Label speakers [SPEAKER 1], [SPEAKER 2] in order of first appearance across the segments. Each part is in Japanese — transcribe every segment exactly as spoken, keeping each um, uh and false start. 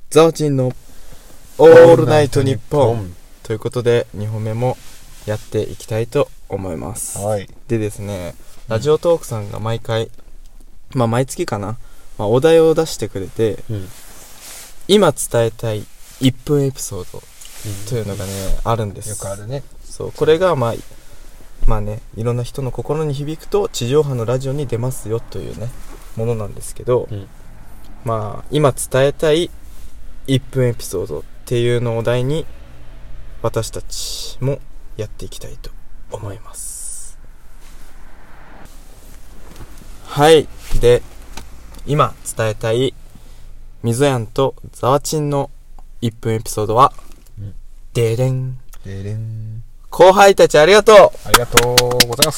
[SPEAKER 1] ザワチンのオールナイトニッポンということでにほんめもやっていきたいと思います。
[SPEAKER 2] はい。
[SPEAKER 1] でですね、ラジオトークさんが毎回、まあ毎月かな、まあ、お題を出してくれて、うん、今伝えたいいっぷんエピソードというのがね、うん、あるんです。
[SPEAKER 2] よくあるね。
[SPEAKER 1] そう、これがまあまあね、いろんな人の心に響くと地上波のラジオに出ますよというねものなんですけど、うん、まあ今伝えたいいっぷんエピソードっていうのを題に私たちもやっていきたいと思います。はい。で、今伝えたいみぞやんとざわちんのいっぷんエピソードは、うん、でれん
[SPEAKER 2] でれん
[SPEAKER 1] 後輩たちありがとう
[SPEAKER 2] ありがとうございます。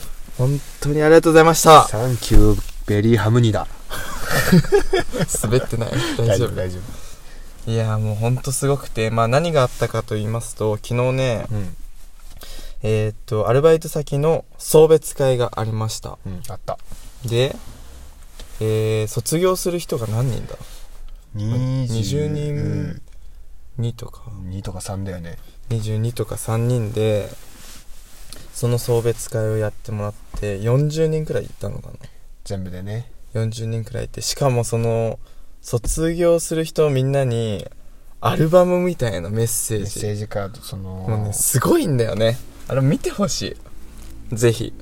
[SPEAKER 1] 本当にありがとうございました。
[SPEAKER 2] サンキューベリーハムニダ
[SPEAKER 1] 滑ってない大丈夫
[SPEAKER 2] 大丈夫。
[SPEAKER 1] いやもうほんとすごくて、まあ何があったかと言いますと、昨日ね、うん、えー、っとアルバイト先の送別会がありました。
[SPEAKER 2] うん、あった。
[SPEAKER 1] で、えー、卒業する人が何人だ？
[SPEAKER 2] にじゅう
[SPEAKER 1] にんにとか
[SPEAKER 2] にとかさんだよね。
[SPEAKER 1] にじゅうにとかさんにんでその送別会をやってもらってよんじゅうにんくらいいたのかな、
[SPEAKER 2] 全部でね。
[SPEAKER 1] よんじゅうにんくらいいて、しかもその卒業する人みんなにアルバムみたいなメッセージ
[SPEAKER 2] メッセージカード、その
[SPEAKER 1] もうねすごいんだよね。あれ見てほしい、ぜひ。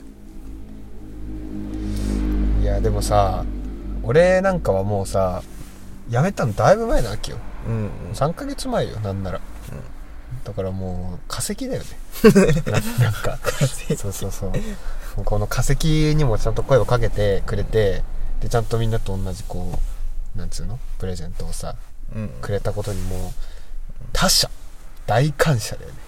[SPEAKER 2] いやでもさ、俺なんかはもうさ辞めたのだいぶ前なわけよ、うんうん、さんかげつまえよ、なんなら、うん、だからもう化石だよねな, なんかそうそうそう、この化石にもちゃんと声をかけてくれて、でちゃんとみんなと同じこうなんつうのプレゼントをさ、うん、くれたことにも他者大感謝だよね。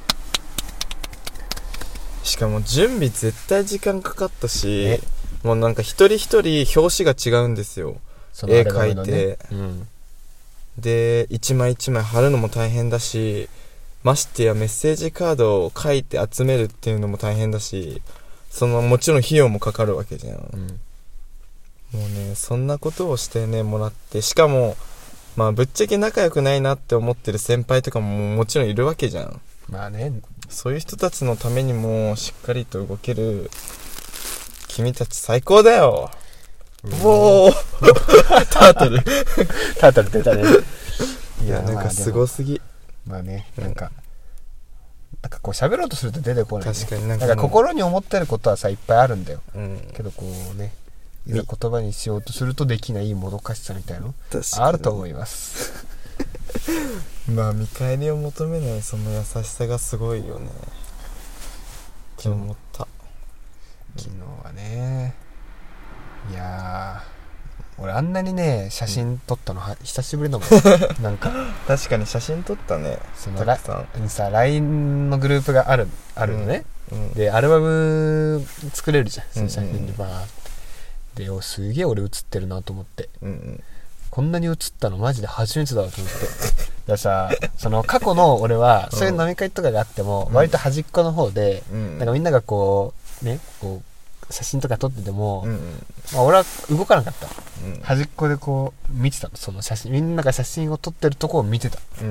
[SPEAKER 1] しかも準備絶対時間かかったし、もうなんか一人一人表紙が違うんですよ。絵描いて、うん、で一枚一枚貼るのも大変だし、ましてやメッセージカードを書いて集めるっていうのも大変だし、そのもちろん費用もかかるわけじゃん、うん、もうねそんなことをしてねもらって、しかもまあぶっちゃけ仲良くないなって思ってる先輩とかももちろんいるわけじゃん。
[SPEAKER 2] まあね、
[SPEAKER 1] そういう人たちのためにもしっかりと動ける君たち最高だよ。おータートル
[SPEAKER 2] タートル出たね。
[SPEAKER 1] いやなんかすごすぎ。
[SPEAKER 2] まあね、なんか、うん、なんかこう喋ろうとすると出てこない、ね、
[SPEAKER 1] 確かになんか、
[SPEAKER 2] なんか心に思ってることはさいっぱいあるんだよ、うん、けどこうね、いざ言葉にしようとするとできないもどかしさみたいなのあると思います
[SPEAKER 1] まあ見返りを求めないその優しさがすごいよねって思った。
[SPEAKER 2] 昨日はね、いやー俺あんなにね写真撮ったのは久しぶりだもんなんか
[SPEAKER 1] 確かに写真撮ったね。
[SPEAKER 2] そのラさ ライン のグループがあるあるのね、うんうん、でアルバム作れるじゃん、その写真でバーってで、おすげえ俺写ってるなと思って、うんうん、こんなに写ったのマジで初めてだわと思ってだからさ、その過去の俺はそういう飲み会とかがあっても割と端っこの方で、うん、なんかみんながこうねこう写真とか撮ってても、うんうん、まあ、俺は動かなかった、うん、端っこでこう見てたの、その写真、みんなが写真を撮ってるとこを見てた、うんうん、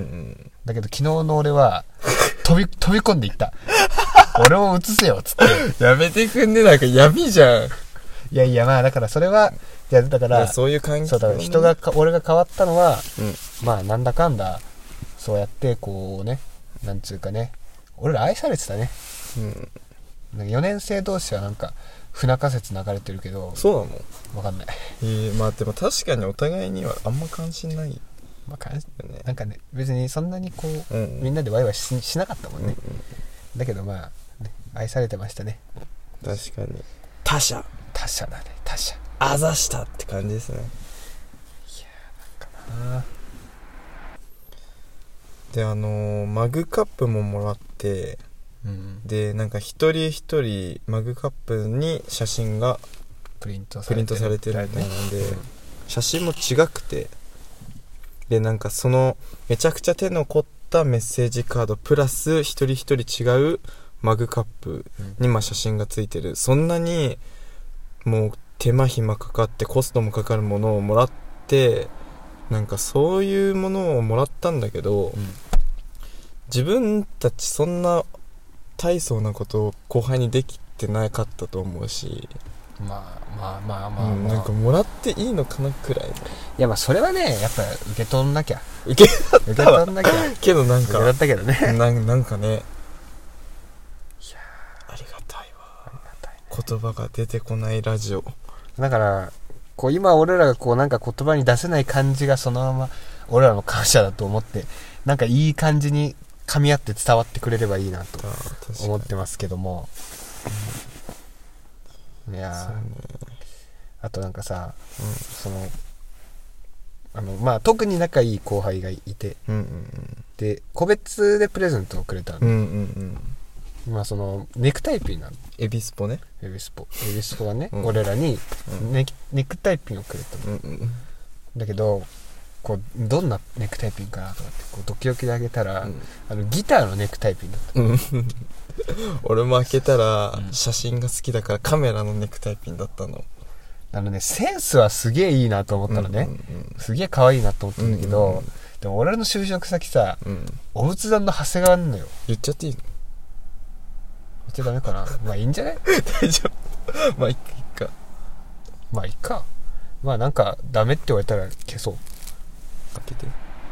[SPEAKER 2] だけど昨日の俺は飛び飛び込んでいった俺も写せよっつって
[SPEAKER 1] やめてくんね、なんか闇じゃん。
[SPEAKER 2] いやいや、まあだからそれは、いやだから
[SPEAKER 1] そういう関係、
[SPEAKER 2] そうだから人がか俺が変わったのは、うん、まあなんだかんだそうやってこうね、なんつうかね、俺ら愛されてたね、うん、なんかよねん生同士はなんか不仲説流れてるけど、
[SPEAKER 1] そうなの
[SPEAKER 2] わかんない。
[SPEAKER 1] えー、まあでも確かにお互いにはあんま関心ない。
[SPEAKER 2] まあ関心ね、なんかね別にそんなにこう、うんうん、みんなでワイワイ し, しなかったもんね、うんうん、だけどまあ、ね、愛されてましたね。
[SPEAKER 1] 確かに他者
[SPEAKER 2] 他者だね、他者
[SPEAKER 1] あざしたって感じですね。いや
[SPEAKER 2] ーなんかな。
[SPEAKER 1] であのー、マグカップももらって、うん、でなんか一人一人マグカップに写真が
[SPEAKER 2] プリント
[SPEAKER 1] されてるみたいなので、うん、写真も違くて、でなんかそのめちゃくちゃ手の凝ったメッセージカードプラス一人一人違うマグカップにまあ写真がついてる、そんなにもう手間暇かかってコストもかかるものをもらって、 なんかそういうものをもらったんだけど、うん、自分たちそんな大層なことを後輩にできてなかったと思うし、
[SPEAKER 2] まあまあまあまあ、まあ、うん、
[SPEAKER 1] なんかもらっていいのかなくらい。い
[SPEAKER 2] やまあそれはねやっぱ受け取んなきゃ
[SPEAKER 1] 受け取った
[SPEAKER 2] 受け取んなきゃ
[SPEAKER 1] けどなんか
[SPEAKER 2] 受け取ったけどね
[SPEAKER 1] な, なんかね、いやありがたいわ、ありがたい、ね、言葉が出てこないラジオ
[SPEAKER 2] だからこう今俺らがこうなんか言葉に出せない感じがそのまま俺らの感謝だと思ってなんかいい感じに噛み合って伝わってくれればいいなと思ってますけども、うん、いやー、ね、あとなんかさ、うん、そのあのまあ特に仲いい後輩がいて、うんうんうん、で個別でプレゼントをくれたの、うんうんうん、まあそのネクタイピンなの、
[SPEAKER 1] エビスポね、
[SPEAKER 2] エビスポエビスポがね、うん、俺らにネ、ネクタイピンをくれたの、うんうん、だけどこうどんなネクタイピンかなとかってこうドキドキであげたら、うん、あのギターのネクタイピンだった、うん、
[SPEAKER 1] 俺も開けたら写真が好きだからカメラのネクタイピンだったの。
[SPEAKER 2] あのねセンスはすげえいいなと思ったのね、うんうんうん、すげえ可愛いなと思ったんだけど、うんうんうん、でも俺の就職先さ、うん、お仏壇の長谷川なのよ。
[SPEAKER 1] 言っちゃっていいの？
[SPEAKER 2] 言っちゃダメかなまあいいんじゃない
[SPEAKER 1] 大丈夫まあいっか
[SPEAKER 2] まあいっかまあなんかダメって言われたら消そう。
[SPEAKER 1] 開けて。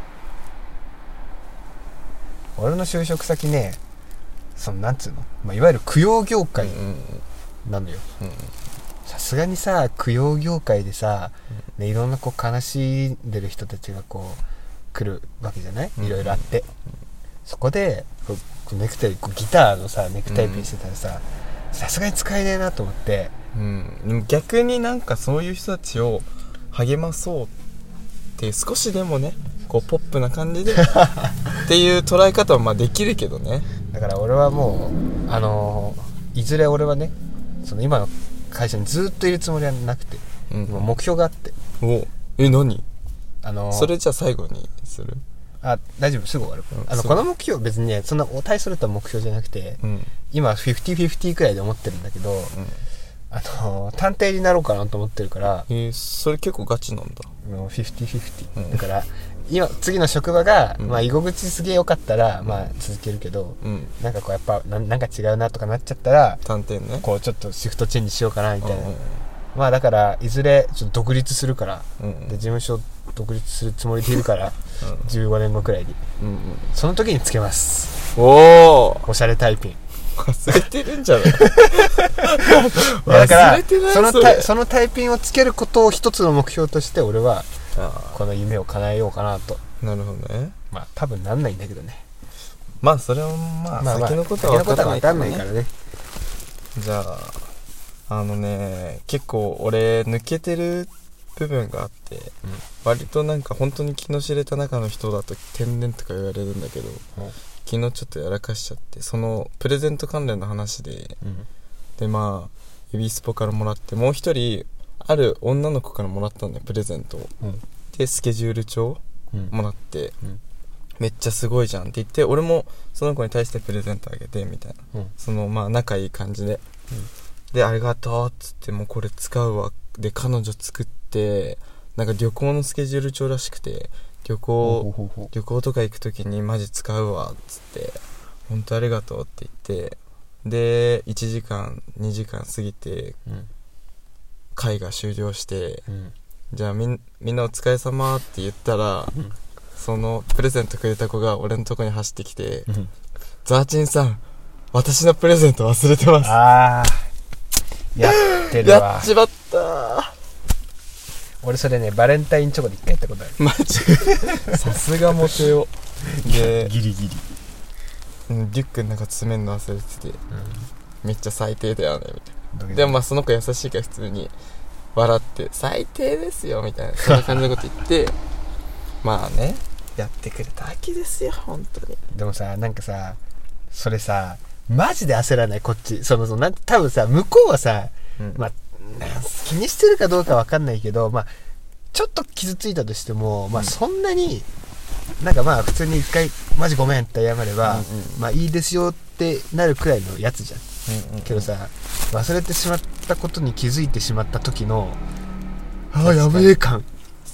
[SPEAKER 2] 俺の就職先ねそのなんつうの、まあ、いわゆる供養業界なのよ。さすがにさ供養業界でさ、うん、ね、いろんなこう悲しんでる人たちがこう来るわけじゃない、いろいろあって、うん、そこでこうネクタイこうギターのさネクタイピンしてたらささすがに使えねえなと思って、
[SPEAKER 1] うん、でも逆になんかそういう人たちを励まそうって少しでもねこうポップな感じでっていう捉え方はまあできるけどね。
[SPEAKER 2] だから俺はもうあのー、いずれ俺はねその今の会社にずっといるつもりはなくて、うん、目標があって。
[SPEAKER 1] おえ何、
[SPEAKER 2] あのー、
[SPEAKER 1] それじゃあ最後にする？
[SPEAKER 2] あ大丈夫すぐ終わる、うん、あのこの目標別にねそんな大それた目標じゃなくて、うん、今フィフティフィフティくらいで思ってるんだけど、うん、あのー、探偵になろうかなと思ってるから。
[SPEAKER 1] えー、それ結構ガチなんだ。
[SPEAKER 2] フィフティフィフティだから今次の職場が、うん、まあ居心地すげえ良かったらまあ続けるけど、うん、なんかこうやっぱ な, なんか違うなとかなっちゃったら
[SPEAKER 1] 探偵ね
[SPEAKER 2] こうちょっとシフトチェンジしようかなみたいな、うんうん、まあだからいずれちょっと独立するから、うんうん、で事務所独立するつもりでいるから、うん、じゅうごねんごくらいに、うんうん、その時につけます。
[SPEAKER 1] おー
[SPEAKER 2] おしゃれタイピン
[SPEAKER 1] 忘れてるんじゃない
[SPEAKER 2] だからそのタそのタイピンをつけることを一つの目標として俺はこの夢を叶えようかなと。
[SPEAKER 1] なるほどね。
[SPEAKER 2] まあ多分なんないんだけどね。
[SPEAKER 1] まあそれはまあ先のことは分からないからね。からねじゃああのね結構俺抜けてる部分があって、うん、割となんか本当に気の知れた中の人だと天然とか言われるんだけど、うん、昨日ちょっとやらかしちゃってそのプレゼント関連の話で、うん、でまあエビスポからもらってもう一人ある女の子からもらったんだよプレゼントを、うん、でスケジュール帳もらって、うん、めっちゃすごいじゃんって言って俺もその子に対してプレゼントあげてみたいな、うん、そのまあ仲いい感じで、うん、でありがとうっつってもうこれ使うわで彼女作ってなんか旅行のスケジュール帳らしくて旅行ほうほうほう旅行とか行くときにマジ使うわっつって本当ありがとうって言ってでいちじかんにじかん過ぎて、うん、会が終了して、うん、じゃあみん、みんなお疲れ様って言ったら、うん、そのプレゼントくれた子が俺のとこに走ってきて、うん、ザーチンさん私のプレゼント忘れてます。
[SPEAKER 2] あーやってるわ
[SPEAKER 1] やっちまった
[SPEAKER 2] 俺それねバレンタインチョコで一回やったことある。
[SPEAKER 1] マジさすがモテよ
[SPEAKER 2] でギリギリ、
[SPEAKER 1] うん、リュックの中詰めるの忘れてて、うん、めっちゃ最低だよねみたいな。でもまあその子優しいから普通に笑って最低ですよみたいなそんな感じのこと言ってまあねやってくれたわけですよ本当に。
[SPEAKER 2] でもさなんかさそれさマジで焦らないこっちそのそのなん多分さ向こうはさ、うん、まあ気にしてるかどうかわかんないけどまあちょっと傷ついたとしてもまあそんなになんかまあ普通に一回マジごめんって謝れば、うんうん、まあいいですよってなるくらいのやつじゃん、うんうんうん、けどさ忘れてしまったことに気づいてしまった時のああやべえ感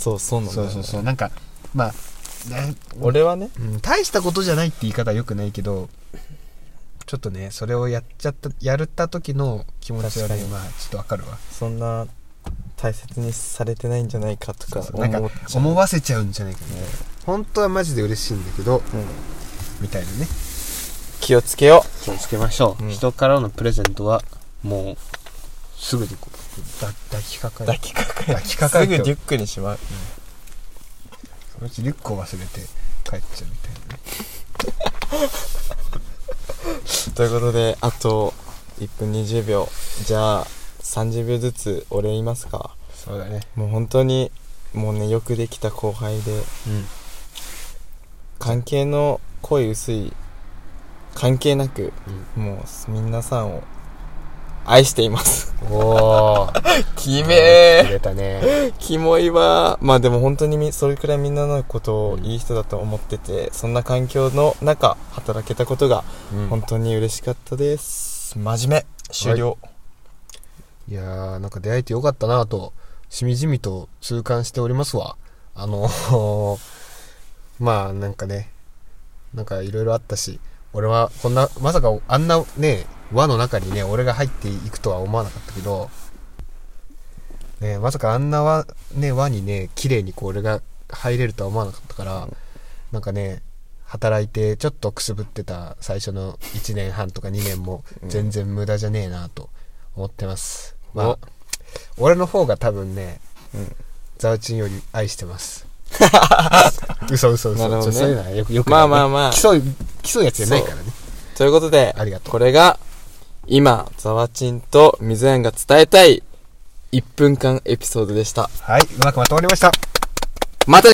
[SPEAKER 1] そうそうなんだよ、ね、
[SPEAKER 2] そうそうそうなんかまあ
[SPEAKER 1] 俺はね、
[SPEAKER 2] うん、大したことじゃないって言い方はよくないけどちょっとねそれをやっちゃったやった時の気持ちはねまあちょっとわかるわ。
[SPEAKER 1] そんな大切にされてないんじゃないかとか
[SPEAKER 2] 思っちゃう、なんか思わせちゃうんじゃないかね、うん、本当はマジで嬉しいんだけど、うん、みたいなね。
[SPEAKER 1] 気をつけよう
[SPEAKER 2] 気をつけましょう、うん、人からのプレゼントはもうすぐにこうだ抱きかかえ
[SPEAKER 1] 抱きかかえ
[SPEAKER 2] 抱きかかえ
[SPEAKER 1] すぐリュックにしまう、うん、
[SPEAKER 2] そのうちリュックを忘れて帰っちゃうみたいなね
[SPEAKER 1] ということであといっぷんにじゅうびょうじゃあさんじゅうびょうずつお礼言いますか。
[SPEAKER 2] そうだね。
[SPEAKER 1] もう本当にもうねよくできた後輩で、うん、関係の濃い薄い関係なく、うん、もう皆さんを愛しています。
[SPEAKER 2] おー
[SPEAKER 1] きめー
[SPEAKER 2] 切れたね。
[SPEAKER 1] キモいわ。まあでも本当にそれくらいみんなのことをいい人だと思ってて、うん、そんな環境の中働けたことが本当に嬉しかったです、うん、真面目終了、はい、
[SPEAKER 2] いやーなんか出会えてよかったなとしみじみと痛感しておりますわ。あのー、まあなんかねなんかいろいろあったし俺はこんなまさかあんなね輪の中にね俺が入っていくとは思わなかったけど、ね、まさかあんな輪、ね、輪にね綺麗にこう俺が入れるとは思わなかったから、うん、なんかね働いてちょっとくすぶってた最初のいちねんはんとかにねんも全然無駄じゃねえなと思ってます、うん、まあ俺の方が多分ね、うん、ザワチンより愛してます嘘嘘嘘
[SPEAKER 1] なるほど、ね、
[SPEAKER 2] そういうのはよくよく
[SPEAKER 1] まあまあまあ
[SPEAKER 2] 競い競うやつじゃないからね。
[SPEAKER 1] ということで
[SPEAKER 2] ありがとう。
[SPEAKER 1] これが今ザワチンと水谷が伝えたいいっぷんかんエピソードでした。
[SPEAKER 2] はい、うまくまとまりました。
[SPEAKER 1] またね。